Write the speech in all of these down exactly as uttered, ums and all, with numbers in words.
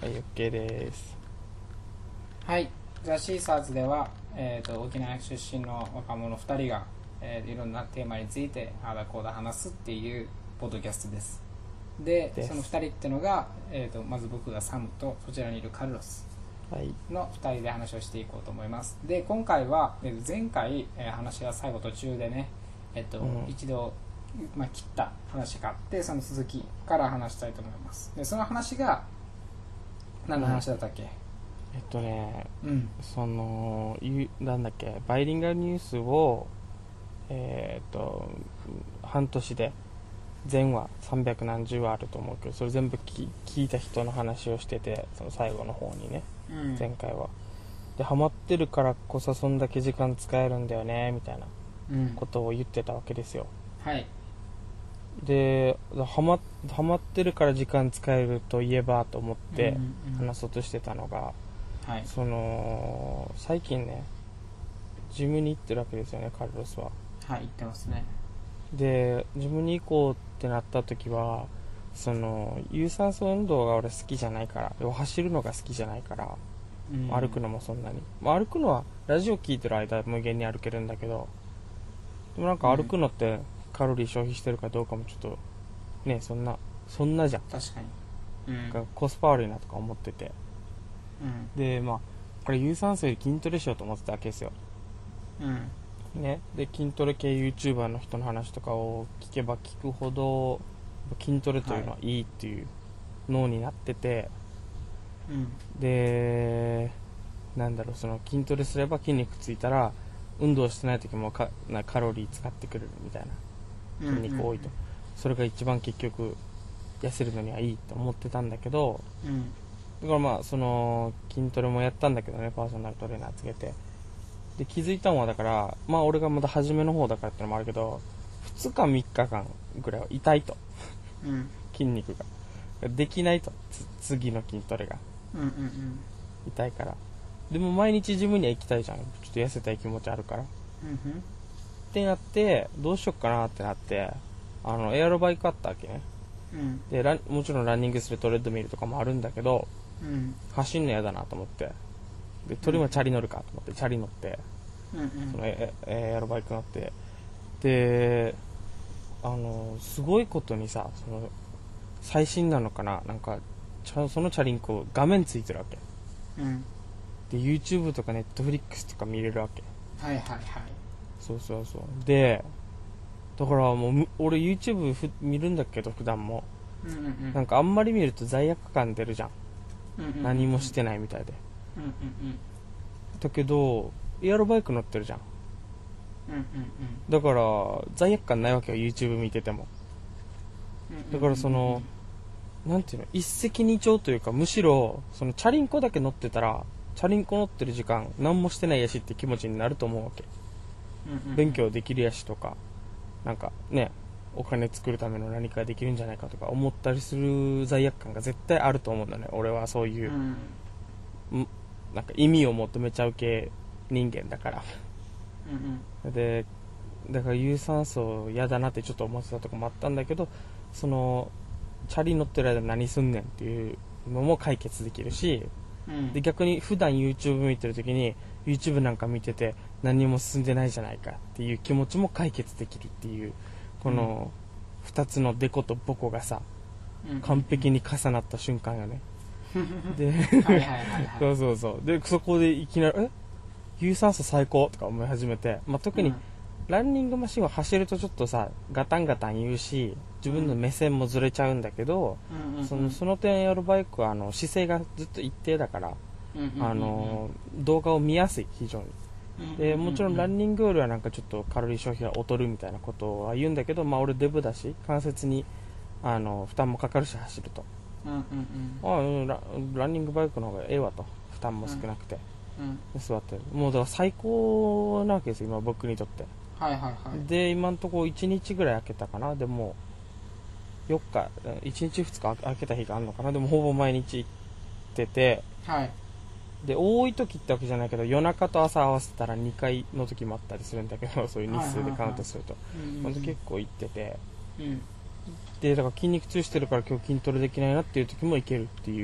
はい、OK です。 はい、ザ・シーサーズでは、えー、と沖縄出身の若者ふたりが、えー、いろんなテーマについてあだこうだ話すっていうポッドキャストです。で、 ですそのふたりっていうのが、えー、とまず僕がサムとそちらにいるカルロスはいのふたりで話をしていこうと思います。で、今回は、えー、前回、えー話は最後途中でね、えーとうん、 一度、まあ、切った話があって、その続きから話したいと思います。で、その話が何の話だったっけ？ えっとねうん、 そのゆなんだっけバイリンガルニュースをえーっと半年で全話さんびゃくなんじゅうわあると思うけど、それ全部き聞いた人の話をしてて、その最後の方にね、 うん、 前回はでハマってるからこそそんだけ時間使えるんだよねみたいなうん、 ことを言ってたわけですよ。 はい、 でハマハマってるから時間使えるといえばと思ってうんうんうん、 話そうとしてたのが、 はい、 その最近ねジムに行ってるわけですよね、カルロスは。 はい、言ってますね。 でジムに行こうってなった時は、その有酸素運動が俺好きじゃないから、要は走るのが好きじゃないから、 うん、 歩くのもそんなに、まあ、歩くのはラジオ聞いてる間無限に歩けるんだけど、でもなんか歩くのってカロリー消費してるかどうかもちょっとね、そんなそんなじゃん。 確かに、うん、 なんかコスパ悪いなとか思ってて、 うん、 でまあこれ有酸素より筋トレしようと思ってたわけですようん、 ね。で筋トレ系 YouTuber の人の話とかを聞けば聞くほど筋トレというのはいいっていう脳になってて、 うん、 でなんだろう、その筋トレすれば筋肉ついたら運動してない時もかなカロリー使ってくれるみたいな、筋肉多いと、それが一番結局痩せるのにはいいと思ってたんだけど、 うん、 だからまあその筋トレもやったんだけどね、パーソナルトレーナーつけて。で気づいたのは、だからまあ俺がまだ初めの方だからってのもあるけど、ふつかみっかかんぐらいは痛いと、 うん、 筋肉ができないと、次の筋トレがうん、うん、 痛いから。でも毎日ジムには行きたいじゃん、ちょっと痩せたい気持ちあるから、 うん、 ってなってどうしよっかなってなって、あのエアロバイクあったわけね。 うん、 でランもちろんランニングするトレッドミルとかもあるんだけど、 うん、 走んの嫌だなと思って、でとりもチャリ乗るかと思ってチャリ乗って、 うん、 そのエエアロバイク乗って、であのすごいことにさ、その最新なのかな、なんかそのチャリンコ画面ついてるわけうん、 で、 YouTube とか Netflix とか見れるわけ。 はいはいはい、 そうそうそう。でだからもう俺 YouTube ふ見るんだけど普段も、 うん、うん、 なんかあんまり見ると罪悪感出るじゃん、 うん、 何もしてないみたいで。 うん、うん、 だけどエアロバイク乗ってるじゃん、 うん、うん、 だから罪悪感ないわけよ YouTube 見てても。だからそのなんていうの、一石二鳥というか、むしろそのチャリンコだけ乗ってたら、チャリンコ乗ってる時間何もしてないやしって気持ちになると思うわけ。勉強できるやしとか、なんかね、お金作るための何かできるんじゃないかとか思ったりする罪悪感が絶対あると思うんだね、俺は。そういう、 うん、 なんか意味を求めちゃう系人間だからうん、 でだから有酸素嫌だなってちょっと思ってたとこもあったんだけど、そのチャリ乗ってる間何すんねんっていうのも解決できるし、 うん、 で逆に普段 YouTube 見てる時に YouTube なんか見てて何も進んでないじゃないかっていう気持ちも解決できるっていう、このふたつのデコとボコがさ、完璧に重なった瞬間よね。でそうそうそう、でそこでいきなりえ有酸素最高とか思い始めて、まあ、特にランニングマシンを走るとちょっとさガタンガタン言うし、自分の目線もずれちゃうんだけど、そのその点エアロバイクはあの姿勢がずっと一定だから、あの動画を見やすい、非常に。でもちろんランニングよりはなんかちょっとカロリー消費が劣るみたいなことは言うんだけど、まあ俺デブだし関節にあの負担もかかるし走ると、ああ ラ, ランニングバイクの方がええわと、負担も少なくて、うん、座ってる、もうだから最高なわけですよ今僕にとって。 はいはいはい。 で今のところいちにちぐらい空けたかな、でもよっかいちにちふつか空けた日があるのかな、でもほぼ毎日行ってて、 はい、 で多い時ってわけじゃないけど夜中と朝合わせたらにかいの時もあったりするんだけど、そういう日数でカウントすると、ほんと結構行ってて、 うん、 でだから筋肉痛してるから今日筋トレできないなっていう時も行けるっていう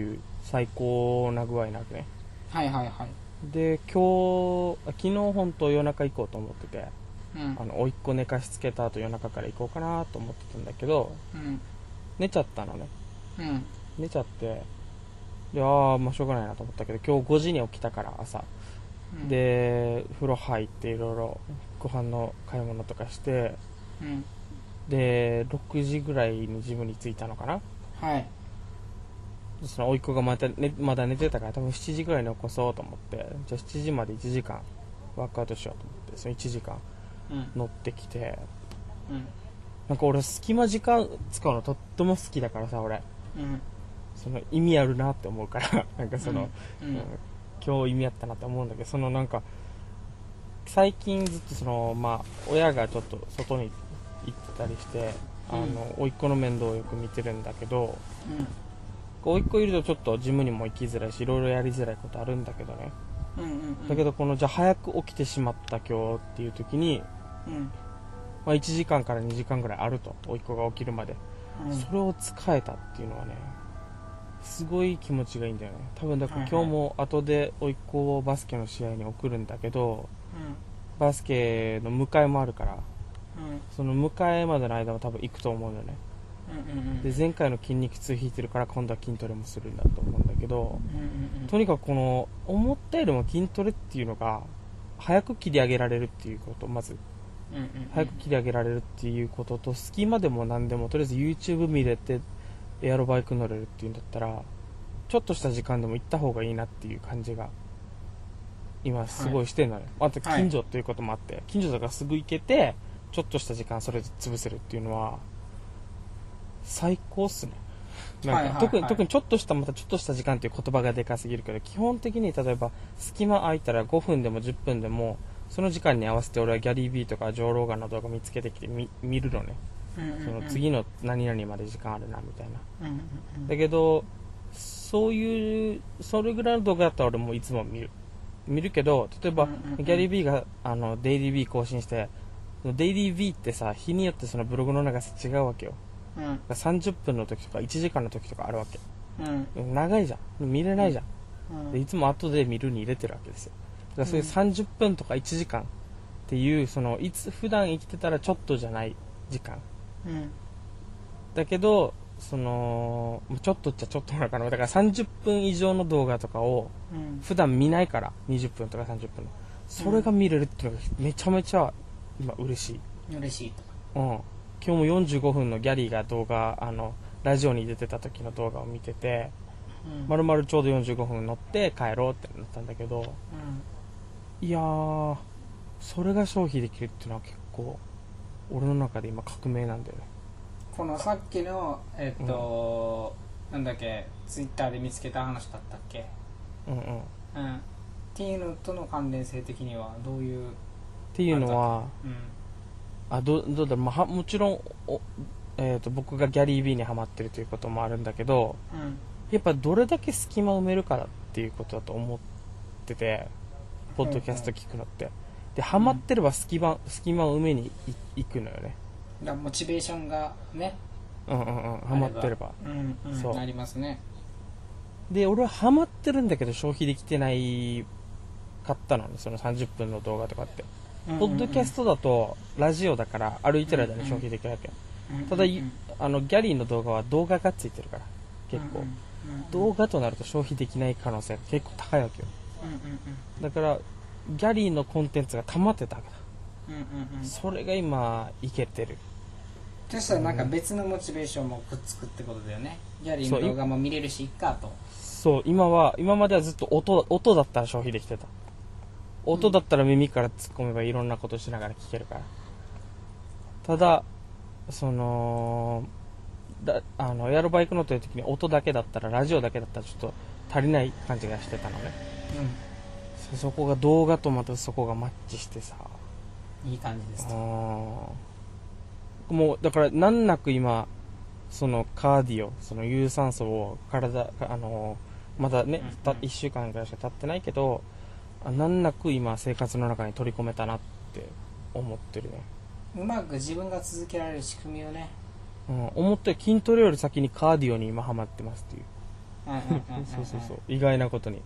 最高な具合になるね。 はいはいはい。 で今日昨日本当夜中行こうと思ってて、 うん。 あの甥っ子寝かしつけた後夜中から行こうかなと思ってたんだけど、 うん。 寝ちゃったのね。 うん。 寝ちゃってで、ああまあしょうがないなと思ったけど、今日ごじに起きたから朝、 うん、 で風呂入っていろいろご飯の買い物とかして、 うん。 でろくじぐらいにジムに着いたのかな。 はい。 その甥っ子がまた、ね、まだ寝てたから多分しちじぐらいに起こそうと思って、じゃあしちじまでいちじかんワークアウトしようと思って、そのいちじかんうん。 乗ってきて、 うん。 なんか俺隙間時間使うのとっても好きだからさ、俺うん。 その意味あるなって思うからなんかその、 うん。うん。 今日意味あったなって思うんだけど、そのなんか最近ずっとそのまあ親がちょっと外に行ってたりして、あの甥っ子の面倒をよく見てるんだけど、甥っ子いるとちょっとジムにも行きづらいし、いろいろやりづらいことあるんだけどね。 うん。うん。 だけどこのじゃあ早く起きてしまった今日っていう時に、 うん。 まあ、いちじかんからにじかんぐらいあると、甥っ子が起きるまで、 うん。 それを使えたっていうのはね、すごい気持ちがいいんだよね。多分だから今日も後で甥っ子をバスケの試合に送るんだけど、バスケの迎えもあるから、 うん。 その迎えまでの間も多分行くと思うのね。 うん。うん。 で前回の筋肉痛引いてるから今度は筋トレもするんだと思うんだけど、 うん。 とにかくこの思ったよりも筋トレっていうのが早く切り上げられるっていうこと、まずうん。うん。 早く切り上げられるっていうことと、隙間でも何でもとりあえず YouTube 見れてエアロバイク乗れるっていうんだったら、ちょっとした時間でも行った方がいいなっていう感じが今すごいしてるのよ、はい、あと近所ということもあって、はい、近所だからすぐ行けてちょっとした時間それで潰せるっていうのは最高っすね。なんか特に特にちょっとしたまたちょっとした時間っていう言葉がでかすぎるけど、基本的に例えば隙間空いたらごふんでもじゅっぷんでもその時間に合わせて俺はギャリー・ビーとかジョー・ローガンの動画見つけてきて 見, 見るのね、うんうんうん、その次の何々まで時間あるなみたいな、うんうんうん、だけどそういうそれぐらいの動画だったら俺もいつも見る見るけど、例えば、うんうんうん、ギャリー・ビーがあのデイリー・ビー更新して、デイリー・ビーってさ日によってそのブログの長さ違うわけよ、うん、さんじゅっぷんの時とかいちじかんの時とかあるわけ、うん、長いじゃん、見れないじゃん、うん、でいつも後で見るに入れてるわけですよ。だからそういうさんじゅっぷんとかいちじかんっていうそのいつ普段生きてたらちょっとじゃない時間、うん、だけどそのちょっとっちゃちょっとなのかな、だからさんじゅっぷん以上の動画とかを普段見ないからにじゅっぷんとかさんじゅっぷんのそれが見れるっていうのがめちゃめちゃ今嬉しい。 嬉しいと、うん、今日もよんじゅうごふんのギャリーが動画あのラジオに出てた時の動画を見てて、うん、丸々ちょうどよんじゅうごふん乗って帰ろうってなったんだけど、うん、いやーそれが消費できるっていうのは結構俺の中で今革命なんだよね。 このさっきのえっと、うん、なんだっけツイッターで見つけた話だったっけ、うんうん、うん、っていうのとの関連性的にはどういうっていうのは、うん、あ ど, どうだろう、まあ、もちろんお、えー、と僕がギャリー・ビーにハマってるということもあるんだけど、うん、やっぱどれだけ隙間を埋めるかだっていうことだと思ってて、ポッドキャスト聞くのって、うんうん、でハマってれば隙間、隙間を埋めに行くのよね。 だモチベーションがね、 うんうんうん、ハマってれば、 うんうん、そうなりますね。 で俺はハマってるんだけど消費できてないかったのね、そのさんじゅっぷんの動画とかって、うんうんうん、ポッドキャストだとラジオだから歩いてる間に消費できるわけ、うんうん、ただあのギャリーの動画は動画がついてるから結構、うんうんうん、動画となると消費できない可能性が結構高いわけよ、うんうんうん、だからギャリーのコンテンツが溜まってたわけだ、うんうんうん、それが今いけてる。 そしたらなんか別のモチベーションもくっつくってことだよね。ギャリーの動画も見れるしいっかと。 そう、今は今まではずっと 音, 音だったら消費できてた。音だったら耳から突っ込めばいろんなことしながら聞けるから。ただそのだあのエアロバイク乗ってる時に音だけだったらラジオだけだったらちょっと足りない感じがしてたのね、うん、そ, そこが動画とまたそこがマッチしてさ、 いい感じですと。もうだから難なく今そのカーディオ、その有酸素を体あのまだね、うんうん、いっしゅうかんぐらいしか経ってないけど、難なく今生活の中に取り込めたなって思ってるね。 うまく自分が続けられる仕組みをね、 うん、思ったより筋トレより先にカーディオに今ハマってますっていう。 そうそうそう、意外なことに、うん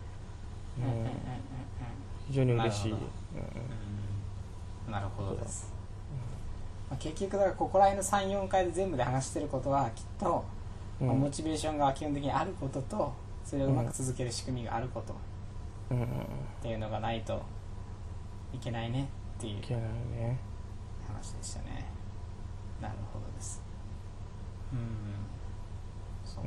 非常に嬉しい。 なるほど、うん、なるほどです、うんまあ、結局だからここら辺の さん,よん 回で全部で話してることはきっと、うんまあ、モチベーションが基本的にあることとそれをうまく続ける仕組みがあること、うん、っていうのがないといけないねっていう話でしたね。なるほどです。うんそうか、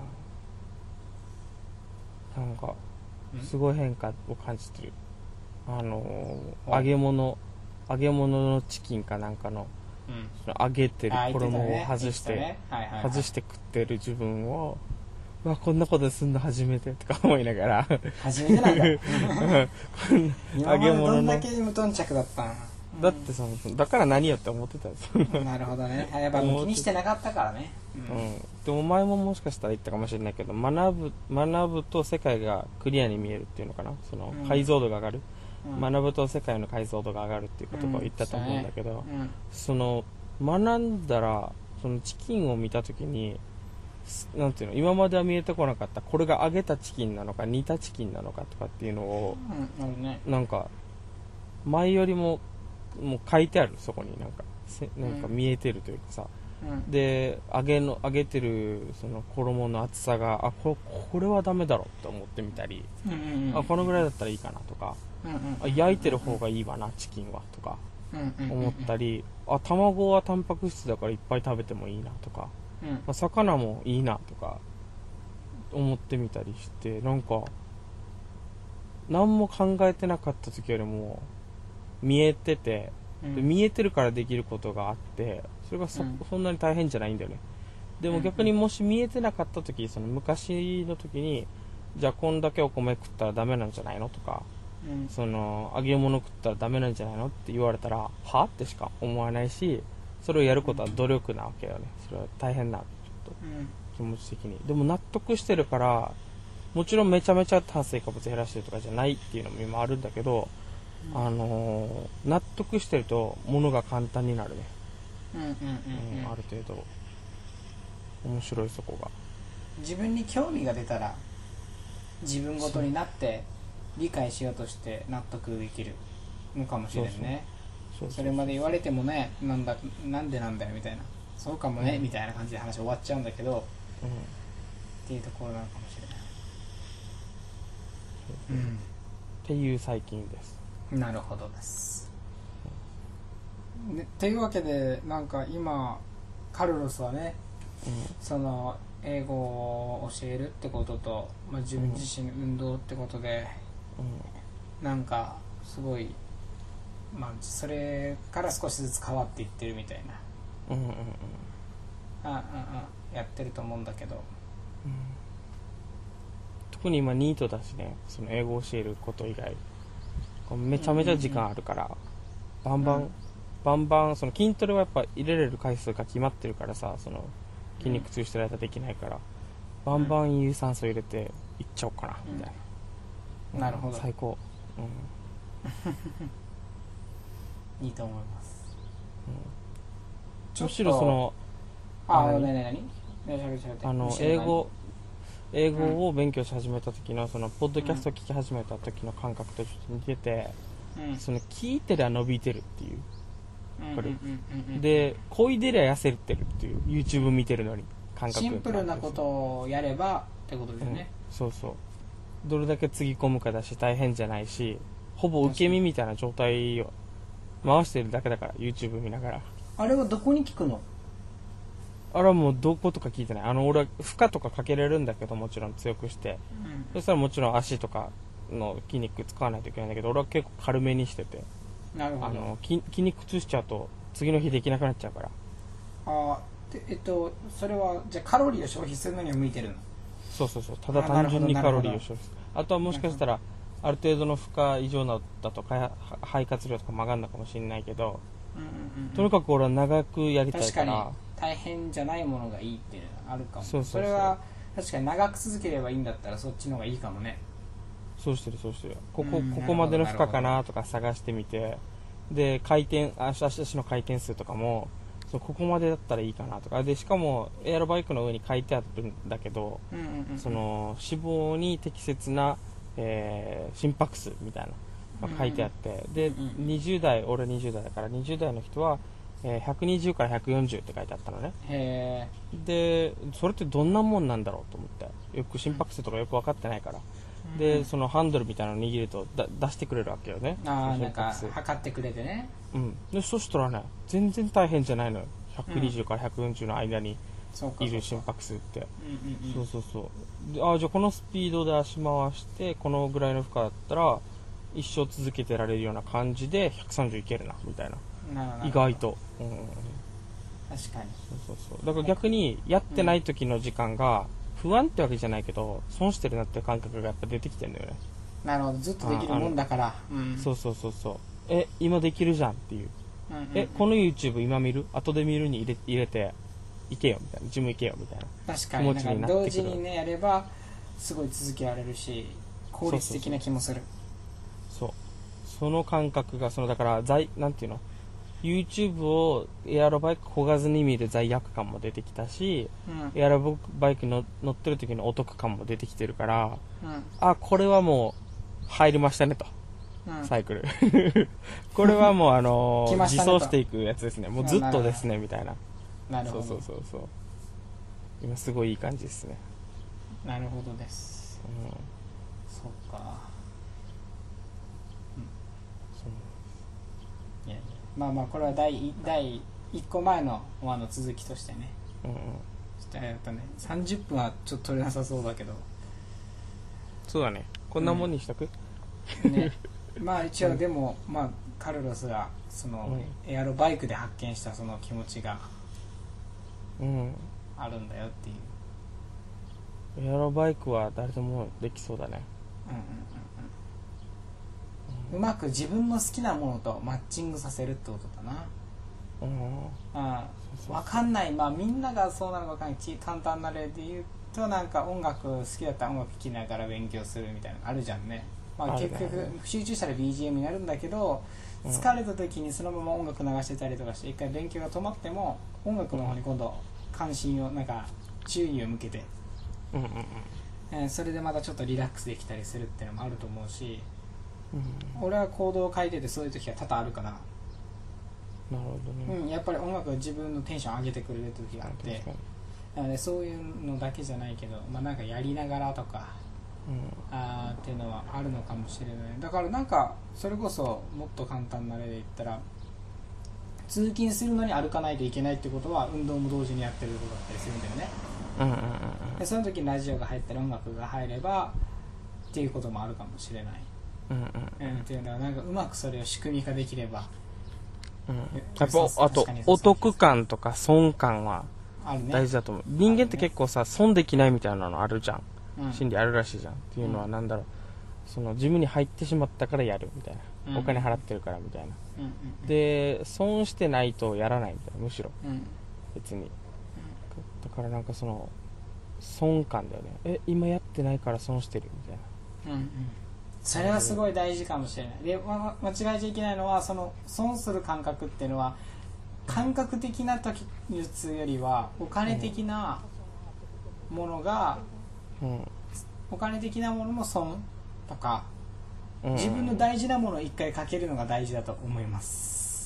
うん、なんかすごい変化を感じてる。あのー、揚げ物揚げ物のチキンかなんかの、うん、その揚げてる衣を外して、ねはいはいはい、外して食ってる自分をうわこんなことすんの初めてとか思いながら初めてなんだ揚げ物のどんだけ無頓着だったんだってそのだから何よって思ってたんですよなるほどね。やっぱ気にしてなかったからね、 うんうん、でも前ももしかしたら言ったかもしれないけど学ぶ学ぶと世界がクリアに見えるっていうのかな、その解像度が上がる、うん、学ぶと世界の解像度が上がるっていう言葉を言ったと思うんだけど、うんうん、その学んだらそのチキンを見た時になんていうの今までは見えてこなかったこれが揚げたチキンなのか煮たチキンなのかとかっていうのを、うんね、なんか前よりももう書いてあるそこになんかせなんか見えてるというかさ、うん、で揚げの揚げてるその衣の厚さがあここれはダメだろって思ってみたり、うんうんうん、あこのぐらいだったらいいかなとか、うんうん、あ焼いてる方がいいわなチキンはとか思ったり、あ卵はタンパク質だからいっぱい食べてもいいなとか、うんまあ、魚もいいなとか思ってみたりしてなんか何も考えてなかった時よりも見えてて、うん、で見えてるからできることがあってそれが そ,、うん、そんなに大変じゃないんだよね。でも逆にもし見えてなかった時その昔の時にじゃあこんだけお米食ったらダメなんじゃないのとか、うん、その揚げ物食ったらダメなんじゃないのって言われたらはってしか思わないしそれをやることは努力なわけよね。それは大変なちょっと気持ち的にでも納得してるからもちろんめちゃめちゃ炭水化物減らしてるとかじゃないっていうのも今あるんだけどあのー、納得してると物が簡単になるね、うんうんうんうんうん、ある程度面白いそこが自分に興味が出たら自分ごとになって理解しようとして納得できるのかもしれないね。そうそうそうそうそれまで言われてもねなんだなんでなんだよみたいなそうかもね、うん、みたいな感じで話終わっちゃうんだけど、うん、っていうところなのかもしれない、 うん、っていう最近です。 なるほどです、ね、というわけでなんか今カルロスはね、うん、その英語を教えるってことと、まあ、自分自身運動ってことで、うん、なんかすごい、まあ、それから少しずつ変わっていってるみたいな、うんうんうん、あああやってると思うんだけど、うん、 特に今ニートだしねその英語を教えること以外めちゃめちゃ時間あるから、うんうんうん、バンバン、うん、バンバンその筋トレはやっぱ入れれる回数が決まってるからさその筋肉痛してる間できないから、うん、バンバン有酸素入れていっちゃおうかなみたいな、 うん、なるほど最高、 うん、いいと思います、 うん、むしろそのああ何何何あの英語英語を勉強し始めた時のそのポッドキャストを聞き始めた時の感覚とちょっと似てて、うん、その聞いてりゃ伸びてるっていう、これ、うんうんうんうん、で漕いでりゃ痩せてるっていう YouTube 見てるのに感覚シンプルなことをやればってことですよね、 うん、そうそうどれだけつぎ込むかだし大変じゃないしほぼ受け身みたいな状態を回してるだけだから YouTube 見ながら。 あれはどこに聞くの？ あれはもうどことか聞いてない。あの俺は負荷とかかけれるんだけどもちろん強くして、うん、そしたらもちろん足とかの筋肉使わないといけないんだけど俺は結構軽めにしてて、 なるほど。 あの 筋, 筋肉痛しちゃうと次の日できなくなっちゃうから。 あでえっとそれはじゃあカロリーを消費するのには向いてるの？ そうそうそうただ単純にカロリーを消費する。あとはもしかしたらある程度の負荷異常なだと肺活量とかも上がるのかもしれないけど、うんうんうん、とにかく俺は長くやりたいから。 大変じゃないものがいいっていうのがあるかも。そうそうそう、それは確かに長く続ければいいんだったらそっちの方がいいかもね。 そうしてるそうしてる。ここ、ここまでの負荷かなとか探してみて、で回転足足の回転数とかもそうここまでだったらいいかなとかで、しかもエアロバイクの上に書いてあるんだけど、 うんうんうん、 その脂肪に適切な、えー心拍数みたいなのが書いてあって、で、 うんうんにじゅう代、俺にじゅう代だからにじゅう代の人は、えーひゃくにじゅうからひゃくよんじゅうって書いてあったのね。 へでそれってどんなもんなんだろうと思って、よく心拍数とかよく分かってないから、 ーでそのハンドルみたいなのを握るとだ出してくれるわけよね、 ああ、なんか心拍数。 測ってくれてね。 うん、でそしたらね全然大変じゃないのよ、ひゃくにじゅうからひゃくよんじゅうの間にそうかそうかいる心拍数って。 うんうんうん、 そうそうそうで、あじゃあこのスピードで足回してこのぐらいの負荷だったら一生続けてられるような感じでひゃくさんじゅういけるなみたいな、 なるほど意外と、うんうんうん、 確かに。 そうそうそうだから逆にやってない時の時間が不安ってわけじゃないけど損してるなっていう感覚がやっぱ出てきてるんだよね。 なるほど、ずっとできるもんだから。うん、 そうそうそうそうえ今できるじゃんっていう、 うんうんうん、 えこの YouTube 今見る後で見るに入れ入れて行けよみたいな、ジム行けよみたいな確かに、 気持ちになってくる。 同時にねやればすごい続けられるし効率的な気もする。 そうその感覚がそのだから罪なんていうの YouTube をエアロバイク漕がずに見る罪悪感も出てきたし、 うんエアロバイクの乗ってる時のお得感も出てきてるから、 うんあこれはもう入りましたねと、 うん、 サイクルこれはもうあのー来ましたねと自走していくやつですね、もうずっとですねみたいな。 なるほど、 そうそうそうそう今すごいいい感じですね。 なるほどです。 うんそうか、 そういやいや、まあまあこれは第い第いっこまえの輪の続きとしてね、 うんうんちょっとやっぱねさんじゅっぷんはちょっと取れなさそうだけどそうだね、こんなもんにしとく、 ねまあ一応でも、まあカルロスがその、 うエアロバイクで発見したその気持ちがうんあるんだよっていう。 エアロバイクは誰でもできそうだね。 うんうんうんうん、うまく自分の好きなものとマッチングさせるってことだな。 うんあそうそう分かんない、まあみんながそうなのか分かんない。ち簡単な例で言うとなんか音楽好きだったら音楽聴きながら勉強するみたいなのあるじゃんね。まあ、 あるね結局集中したら ビージーエム になるんだけど、 うん疲れた時にそのまま音楽流してたりとかして一回勉強が止まっても音楽の方に今度関心をなんか注意を向けて、 うんうんえーそれでまたちょっとリラックスできたりするっていうのもあると思うし、 うん俺はコードを書いててそういう時は多々あるから、 なるほどね、 うん、やっぱり音楽が自分のテンション上げてくれる時があって、 確かになのでそういうのだけじゃないけど、まあ、なんかやりながらとかうんあーっていうのはあるのかもしれない。だからなんかそれこそもっと簡単な例で言ったら通勤するのに歩かないといけないってことは運動も同時にやってることだったりするんだよね。 うんうんうんでその時にラジオが入ったり音楽が入ればっていうこともあるかもしれない、 うんうんうん、っていうのはなんかうまくそれを仕組み化できれば、 うんえやっぱあと確かにそうお得感とか損感はあるね。 大事だと思う。人間って結構さ損できないみたいなのあるじゃん、 うん心理あるらしいじゃんっていうのはなんだろう、そのジムに入ってしまったからやるみたいな、 うんお金払ってるからみたいな、 うんうんで損してないとやらないみたいな、むしろうん別にだからなんかその損感だよね、え今やってないから損してるみたいな。 うんうん、それはすごい大事かもしれない。で、ま、間違えちゃいけないのはその損する感覚っていうのは感覚的な時術よりはお金的なものが、 うんお金的なものの損とかうん自分の大事なものを一回かけるのが大事だと思います。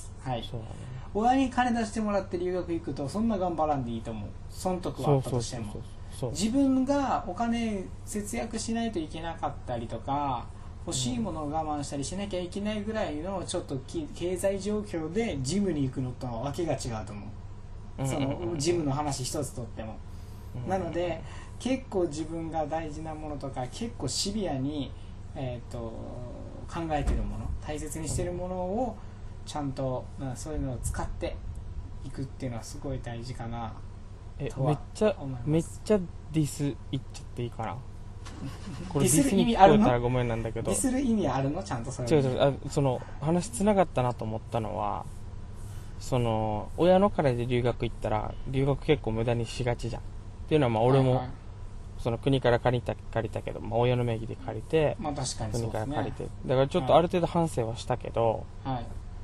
はい。 そうだね、 親に金出してもらって留学行くとそんな頑張らんでいいと思う。損得はあったとしてもそうそう自分がお金節約しないといけなかったりとか欲しいものを我慢したりしなきゃいけないぐらいのちょっとき経済状況でジムに行くのとはわけが違うと思う。そのジムの話一つとっても、 うんなので結構自分が大事なものとか結構シビアに、えー、と考えてるもの大切にしてるものをちゃんと、まあ、そういうのを使っていくっていうのはすごい大事かなえとはめっちゃ思います。 めっちゃディス言っちゃっていいかなこれディスるディスに聞意味あるのこえたらごめんなんだけど、 ディスる意味あるのちゃんとそれ違う違う、あその話つながったなと思ったのは、その親の金で留学行ったら留学結構無駄にしがちじゃんっていうのは、まあ俺も、 はいはいその国から借りた借りたけど、まあ、親の名義で借りて、 まあ確かにそう国ですね。 から借りてだからちょっとある程度反省はしたけど、 はい。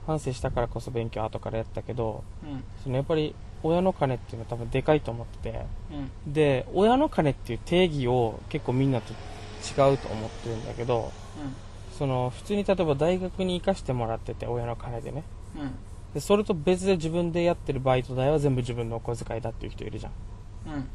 反省したからこそ勉強後からやったけど、 うんそのやっぱり親の金っていうのは多分でかいと思ってて、 うんで親の金っていう定義を結構みんなと違うと思ってるんだけど、その普通に例えば大学に行かしてもらってて親の金でね、 うんうんでそれと別で自分でやってるバイト代は全部自分のお小遣いだっていう人いるじゃん。 うん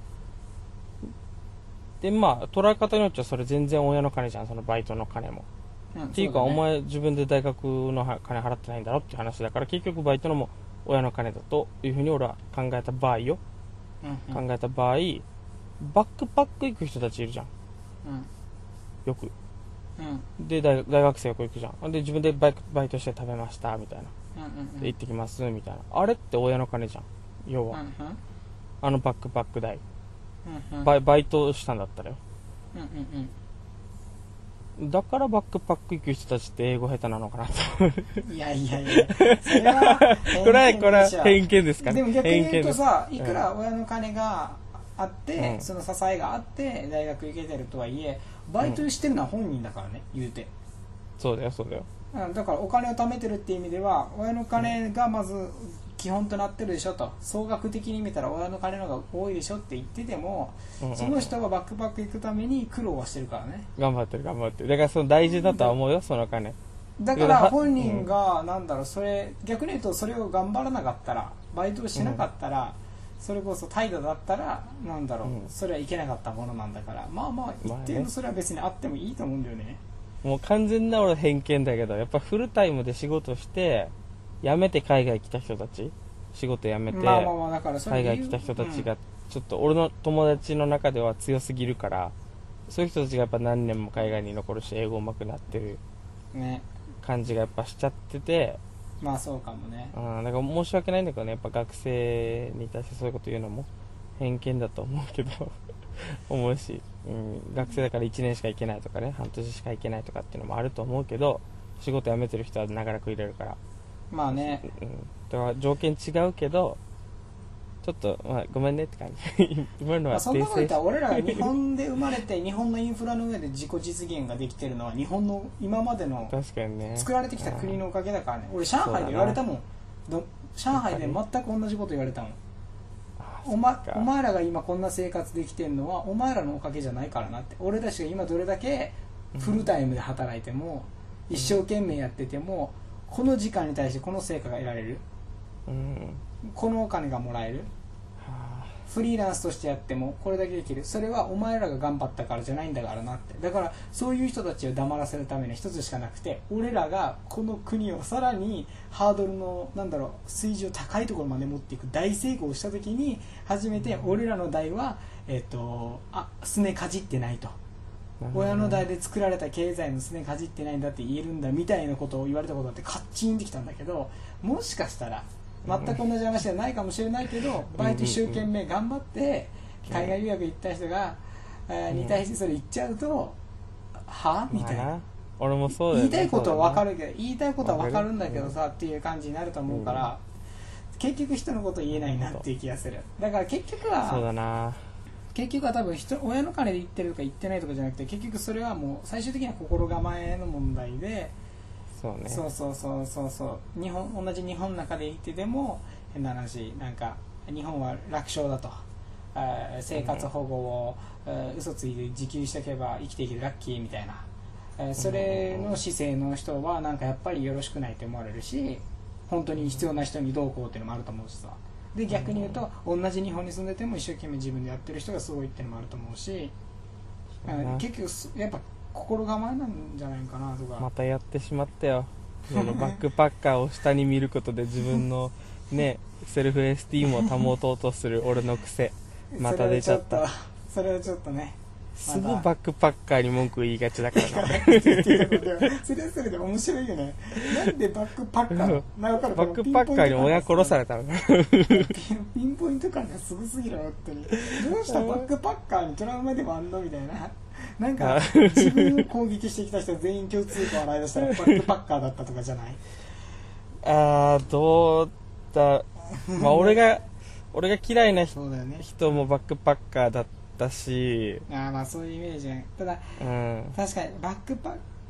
でまあ捉え方によってはそれ全然親の金じゃん、そのバイトの金も、 うんっていうか、 そだねお前自分で大学のは金払ってないんだろっていう話だから、結局バイトのも親の金だというふうに俺は考えた場合よ、 うんうん考えた場合バックパック行く人たちいるじゃん、 うんよく。 うんで 大, 大学生よく行くじゃん。で自分でバイバイトして食べましたみたいな、 うんうんで行ってきますみたいな、あれって親の金じゃん、要は、 うんあのバックパック代、 うんうんバイバイトしたんだったらよ。 うんうんだからバックパック行く人たちって英語下手なのかなとうんいやいやいやそれはこれはこれは偏見でしょ偏見ですかね。 でも逆に言うとさ、 偏見ですいくら親の金があって、 うんその支えがあって大学行けてるとはいえバイトしてるのは本人だからね、言うて。 そうだよそうだよ。 うんだからお金を貯めてるっていう意味では親の金がまず基本となってるでしょと、総額的に見たら親の金の方が多いでしょって言ってても、 うんうんその人はバックパック行くために苦労はしてるからね。 頑張ってる頑張ってる。だからその大事だとは思うよ、その金。 だから本人がなんだろう、それ逆に言うとそれを頑張らなかったら、バイトをしなかったら、それこそ怠惰だったらなんだろう、 うんそれはいけなかったものなんだから、まあまあ一定のそれは別にあってもいいと思うんだよね。 もう完全な俺偏見だけど、やっぱフルタイムで仕事して辞めて海外来た人たち、仕事辞めてまあまあまあだからそれで言う海外来た人たちがちょっと俺の友達の中では強すぎるから、そういう人たちがやっぱ何年も海外に残るし英語上手くなってるうんね、 感じがやっぱしちゃってて、 まあそうかもね。 うん、だから申し訳ないんだけどね、やっぱ学生に対してそういうこと言うのも偏見だと思うけど思うし、うん、学生だからいちねんしか行けないとかね、半年しか行けないとかっていうのもあると思うけど、仕事辞めてる人は長らく入れるから、 まあね、 うん、だから条件違うけどちょっと、まあ、ごめんねって感じ今のまあ、そんは訂なこと言ったら正し俺らが日本で生まれて日本のインフラの上で自己実現ができてるのは日本の今までの確かにね作られてきた国のおかげだからね。俺上海で言われたもん、ど上海で全く同じこと言われたもん。お, ま、お前らが今こんな生活できてるのはお前らのおかげじゃないからなって。俺たちが今どれだけフルタイムで働いても、うん、一生懸命やっててもこの時間に対してこの成果が得られる、 うん、 このお金がもらえる、 はあ、 フリーランスとしてやってもこれだけできる、それはお前らが頑張ったからじゃないんだからなって。だからそういう人たちを黙らせるために一つしかなくて、俺らがこの国をさらにハードルのなんだろう水準高いところまで持っていく大成功をした時に初めて俺らの代は、えー、とあすねかじってないと、親の代で作られた経済のすねかじってないんだって言えるんだみたいなことを言われたことあってカッチンってきたんだけど、もしかしたら全く同じ話じゃないかもしれないけど、バイト一生懸命頑張って海外留学行った人が、えーに対してそれ言っちゃうと、はみたいな、 まあな、俺もそうだよね、 言いたいことは分かるけど、 ど言いたいことは分かるんだけどさっていう感じになると思うから、結局人のこと言えないなっていう気がする。だから結局はそうだな、 結局は多分人親の金で言ってるとか言ってないとかじゃなくて、結局それはもう最終的には心構えの問題で、 そうね、 そうそうそうそうそう日本同じ日本の中で生きてても変な話なんか日本は楽勝だと、あ生活保護を、うん、嘘ついて自給しておけば生きていけるラッキーみたいな、えそれの姿勢の人はなんかやっぱりよろしくないと思われるし、本当に必要な人にどうこうっていうのもあると思うしさ。で逆に言うと同じ日本に住んでても一生懸命自分でやってる人がすごいっていうのもあると思うし、うん、結局やっぱ心構えなんじゃないかなとか。 またやってしまったよそのバックパッカーを下に見ることで自分のねセルフエスティームを保とうとする俺の癖また出ちゃった。 それはちょっとね、 すぐバックパッカーに文句言いがちだからなそれはそれで面白いよね。なんでバックパッカーバックパッカーに親殺されたのピンポイント感がすごすぎる本当に。どうしたバックパッカーにトラウマでもあんのみたいな。なんか自分を攻撃してきた人全員共通項を洗い出したらバックパッカーだったとかじゃない？ あーどうだ、まあ俺が俺が嫌いな人もバックパッカーだったし、 あまあそういうイメージじゃない。ただ、 うん、 確かにバックパッ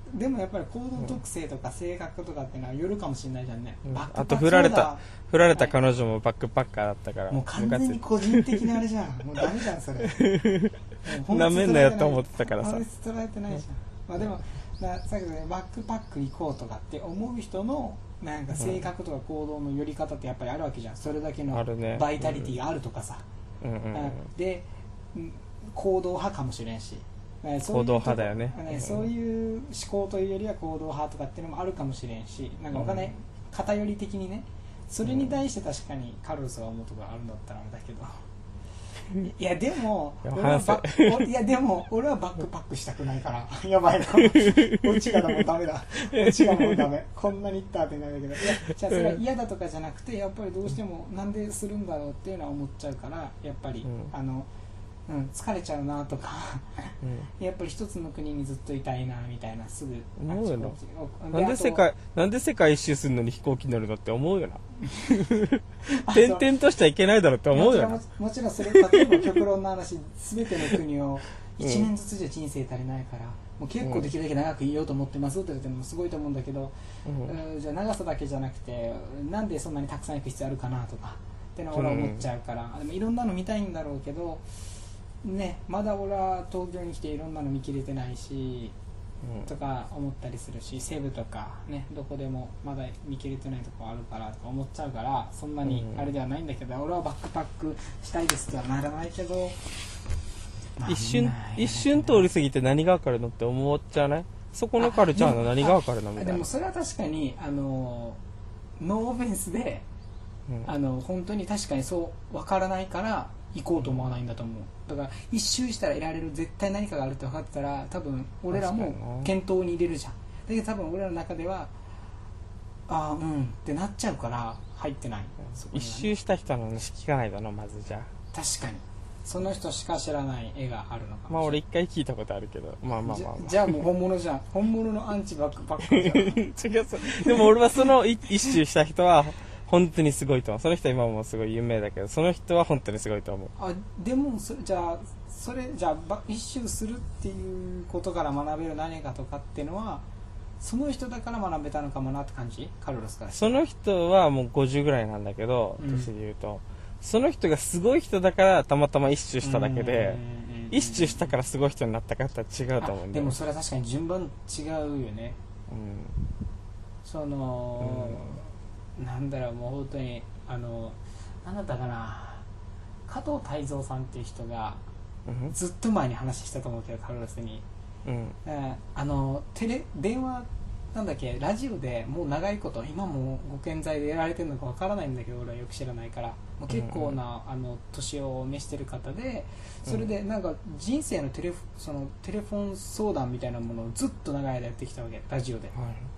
でもやっぱり行動特性とか性格とかっていうのはよるかもしれないじゃんね、 うん、 バックパックあと振られた振られたはい彼女もバックパッカーだったから、 もう完全に個人的なあれじゃんもうダメじゃんそれなめんなよって思ってたからさ本質捉えてないじゃん、まあでもなさっきのねバックパック行こうとかって思う人のなんか性格とか行動の寄り方ってやっぱりあるわけじゃん、それだけのあるねバイタリティがあるとかさ、 うんうんうん、 で行動派かもしれんし、 行動派だよね、 ね、そういう思考というよりは行動派とかっていうのもあるかもしれんし、なんかわかんない、うん、偏り的にね、それに対して確かにカルロスが思うところがあるんだったらあれだけどいやでも俺はバいやでも俺はバックパックしたくないからやばいなオチがもうダメだオチがもうダメこんなに言ったってないんだけど、いやじゃあそれは嫌だとかじゃなくて、やっぱりどうしてもなんでするんだろうっていうのは思っちゃうから、やっぱり、うん、あのうん、疲れちゃうなとか、うん、やっぱり一つの国にずっといたいなみたいな、すぐ思うよな。なんで世界なんで世界一周するのに飛行機乗るのって思うよな転々としちゃいけないだろうって思うよな。 もちろん、もちろんそれ例えば極論の話全ての国をいちねんずつじゃ人生足りないから、もう結構できるだけ長くいようと思ってますって言ってもすごいと思うんだけど、うん、じゃあ長さだけじゃなくてなんでそんなにたくさん行く必要あるかなとかってのは俺は思っちゃうから、うん、でもいろんなの見たいんだろうけどね、まだ俺は東京に来ていろんなの見切れてないし、うん、とか思ったりするし、西部とかねどこでもまだ見切れてないとこあるからとか思っちゃうから、そんなにあれではないんだけど、うん、俺はバックパックしたいですとはならないけど、まあ、 一瞬一瞬通り過ぎて何が分かるのって思っちゃうね。そこのカルチャーの何が分かるのみたいな。 でもそれは確かにあのノーオフェンスで、うん、あの本当に確かにそう分からないから行こうと思わないんだと思う。だから一周したら得られる絶対何かがあるって分かってたら、多分俺らも検討に入れるじゃん。だけど多分俺らの中ではああうんってなっちゃうから入ってない、 うん、一周した人の話聞かないだろまず。じゃあ確かにその人しか知らない絵があるのかもしれない。 まあ俺一回聞いたことあるけど、まあまあまあ、まあ、 じ, じゃあもう本物じゃん本物のアンチバックパックじゃん違うでも俺はその一周した人は本当にすごいと思う。その人は今もすごい有名だけど、その人は本当にすごいと思う。 あでもそじゃあそれじゃあ一周するっていうことから学べる何かとかっていうのはその人だから学べたのかもなって感じ。カルロスからその人はもうごじゅうぐらいなんだけど、うん、年で言うとその人がすごい人だからたまたま一周しただけで、一周したからすごい人になったかって違うと思うんだよ。 でもそれは確かに順番違うよね、うん、その、うん、なんだろうもう本当にあのなんだったかな、加藤泰造さんっていう人が、うん、ずっと前に話したと思うけどカルロスに、うんえー、あのテレ電話なんだっけラジオでもう長いこと今もご健在でやられてるのかわからないんだけど俺はよく知らないから、もう結構な、うん、あの年を召してる方で、それでなんか人生のテレフ、そのテレフォン相談みたいなものをずっと長い間やってきたわけラジオで、はい、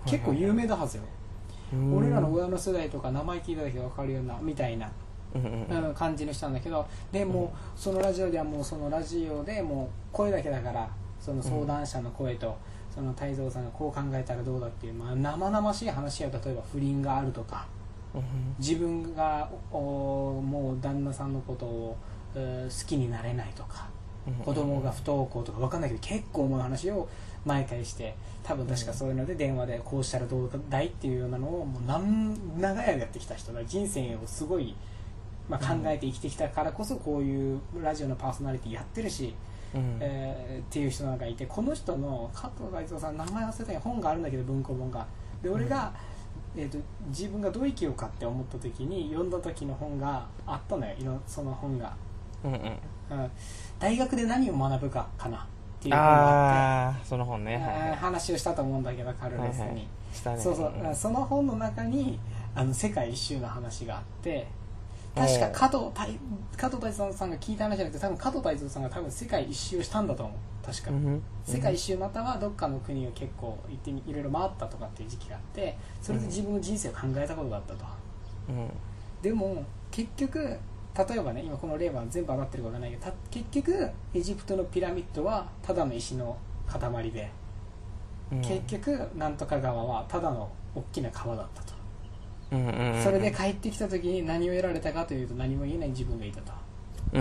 結構有名だはずよ、はいはい、俺らの親の世代とか名前聞いただけで分かるようなみたいな、うんうん、感じの人なんだけど、でも、うん、そのラジオではもうそのラジオでもう声だけだからその相談者の声と、うんその泰造さんがこう考えたらどうだっていう、まあ、生々しい話や例えば不倫があるとか、うん、自分がもう旦那さんのことを、えー、好きになれないとか、うん、子供が不登校とか分かんないけど結構重い話を毎回して、多分確かそういうので電話でこうしたらどうだいっていうようなのをもう何長い間やってきた人が人生をすごい、まあ、考えて生きてきたからこそこういうラジオのパーソナリティやってるし、うんえー、っていう人がいて、この人の加藤泰造さん名前忘れたけど本があるんだけど文庫本がで俺が、うんえー、と自分がどう生きようかって思った時に読んだ時の本があったのよ。その本が、うんうんうん、大学で何を学ぶかかなっていう本があって、 あその本ね、はいはい、 話をしたと思うんだけどカルロスに、はいはいしたね、そうそう、うん、その本の中にあの世界一周の話があって、確か加藤泰加藤泰造さんが聞いた話じゃなくて多分加藤泰造さんが多分世界一周をしたんだと思う確か、うん、世界一周またはどっかの国を結構行っていろいろ回ったとかっていう時期があって、それで自分の人生を考えたことがあったと、うん、でも結局例えばね今この例は全部上がってるかわからないけど結局エジプトのピラミッドはただの石の塊で、うん、結局なんとか川はただの大きな川だったと、うんうんうんうん、それで帰ってきた時に何を得られたかというと何も言えない自分がいたと、うん、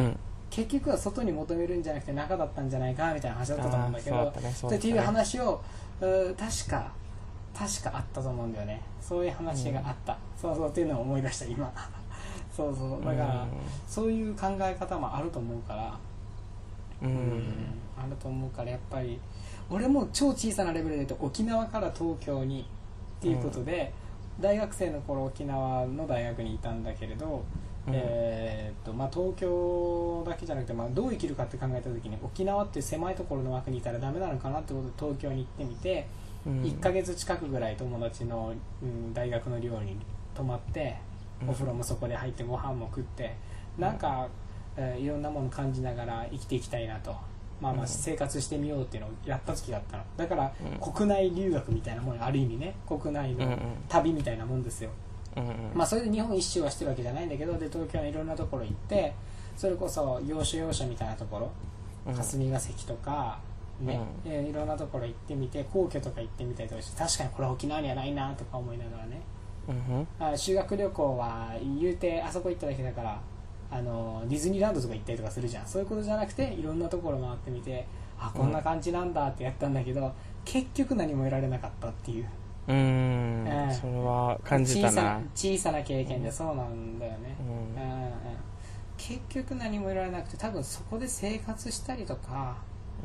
結局は外に求めるんじゃなくて中だったんじゃないかみたいな話だったと思うんだけど、っていう話を確か確かあったと思うんだよね。そういう話があった、うん、そうそうっていうのを思い出した今そうそうだから、うん、そういう考え方もあると思うから、うん、うん、あると思うからやっぱり俺も超小さなレベルで言うと沖縄から東京にっていうことで、うん、大学生の頃沖縄の大学にいたんだけれど、うん、えーっとまあ、東京だけじゃなくて、まあ、どう生きるかって考えた時に沖縄っていう狭いところの枠にいたらダメなのかなってことで東京に行ってみて、うん、いっかげつ近くぐらい友達の、うん、大学の寮に泊まって、うん、お風呂もそこで入ってご飯も食ってなんか、うんえー、いろんなもの感じながら生きていきたいなと、まあ、まあ生活してみようっていうのをやった時があったのだから、うん、国内留学みたいなものある意味ね国内の旅みたいなもんですよ、うんうんまあ、それで日本一周はしてるわけじゃないんだけどで東京のいろんなところ行ってそれこそ要所要所みたいなところ、うん、霞が関とか、ねうんえー、いろんなところ行ってみて皇居とか行ってみたりとかして確かにこれは沖縄にはないなとか思いながらね、うん、あ修学旅行は言うてあそこ行っただけだからあのディズニーランドとか行ったりとかするじゃんそういうことじゃなくていろんなところ回ってみてあこんな感じなんだってやったんだけど、うん、結局何も得られなかったっていううーん、うん、それは感じたな小さな、小さな経験でそうなんだよね、うんうんうん、結局何も得られなくて多分そこで生活したりとか、うん、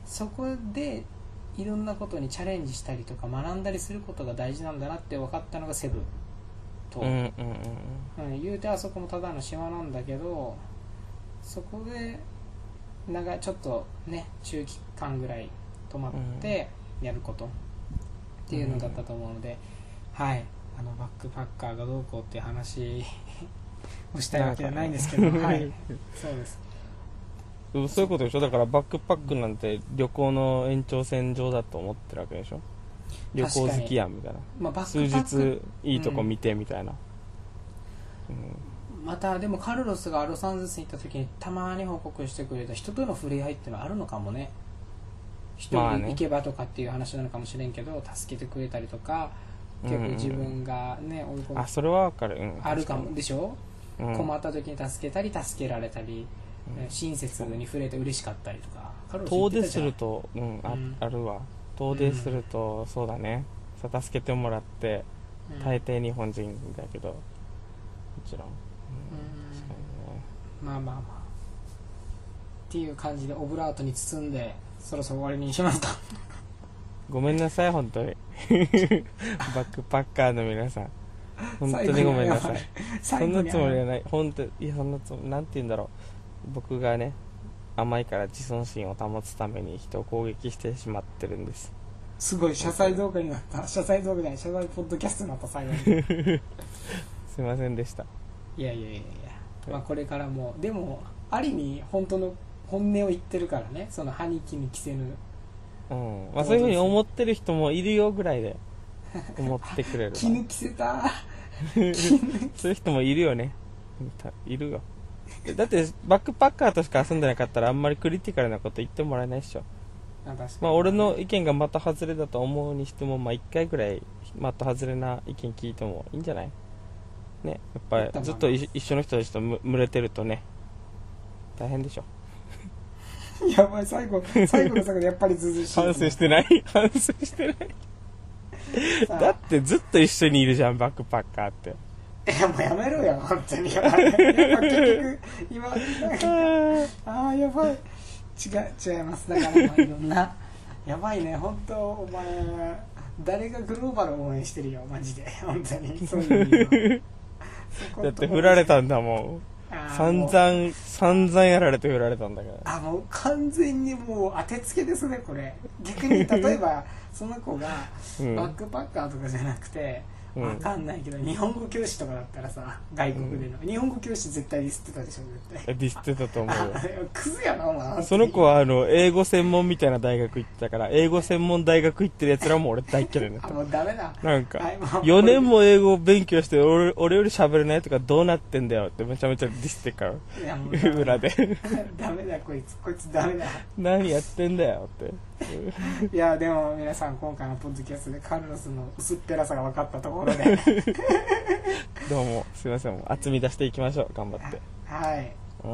そこでいろんなことにチャレンジしたりとか学んだりすることが大事なんだなって分かったのがセブンと、うんうんうんうん、言うてあそこもただの島なんだけどそこでなんかちょっとね中期間ぐらい泊まってやること、うんっていうのだったと思うので、うん、はいあのバックパッカーがどうこうっていう話をしたいわけじゃないんですけどはいそうですそういうことでしょだからバックパックなんて旅行の延長線上だと思ってるわけでしょ旅行好きやみたいな、まあ、バックパック数日いいとこ見てみたいな、 うんうん、またでもカルロスがロサンゼルスに行った時にたまに報告してくれた人との触れ合いっていうのはあるのかもね一人で行けばとかっていう話なのかもしれんけど、まあね、助けてくれたりとか結構自分がね、うん、追い込むあそれは分かる、うん、 あるかもでしょ、うん、困った時に助けたり助けられたり、うん、親切に触れて嬉しかったりとか遠出すると、うん、あ、うん、あるわ遠出すると、うん、そうだねさ助けてもらって大抵日本人だけどもちろん、うんうん、確かにねまあまあまあっていう感じでオブラートに包んでそろそろ終わりにしますかごめんなさい本当にバックパッカーの皆さん本当にごめんなさいそんなつもりはない本当いやそんなつもりなんて言うんだろう僕がね甘いから自尊心を保つために人を攻撃してしまってるんですすごい謝罪動画になった謝罪動画じゃない謝罪ポッドキャストになった最後にすいませんでしたいやいやいやいや、まあ、これからもでもある意味本当の本音を言ってるからねその歯に衣に着せぬ、 うんまあ、そういうふうに思ってる人もいるよぐらいで思ってくれる気抜きせたそういう人もいるよねいるよだってバックパッカーとしか遊んでなかったらあんまりクリティカルなこと言ってもらえないでしょあ確かにまあ俺の意見がまた外れだと思うにしてもまあいっかいぐらいまた外れな意見聞いてもいいんじゃないねやっぱりずっと一緒の人たちと群れてるとね大変でしょやばい最後最後の最後でやっぱりずずしい反省してない反省してないだってずっと一緒にいるじゃんバックパッカーっていやもうやめろよ本当にやっぱ結局今ああやばい違う違いますだからいろんなやばいね本当お前誰がグローバルを応援してるよマジで本当にそういうだって振られたんだもん散々散々やられて振られたんだからあもう完全にもう当てつけですねこれ逆に例えばその子がバックパッカーとかじゃなくて、うん、わかんないけど日本語教師とかだったらさ外国での、うん、日本語教師絶対ディスってたでしょ絶対ディスってたと思うよクズやなお前その子はあの英語専門みたいな大学行ってたから英語専門大学行ってるやつらも俺大嫌いだったあもうダメだなんか、はい、よねんも英語を勉強して俺, 俺より喋れないとかどうなってんだよってめちゃめちゃディスってからいやもう裏でダメだこいつこいつダメだ何やってんだよっていやでも皆さん今回のポッドキャストでカルロスの薄っぺらさが分かったところでどうもすいませんもう厚み出していきましょう頑張ってはい、 うん、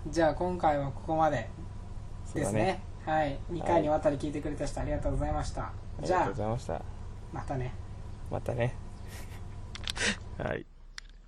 じゃあ今回はここまでですね。 そうだね。 はい、にかいにわたり聞いてくれた人ありがとうございました。じゃあありがとうございました。 またね。 またね。はい。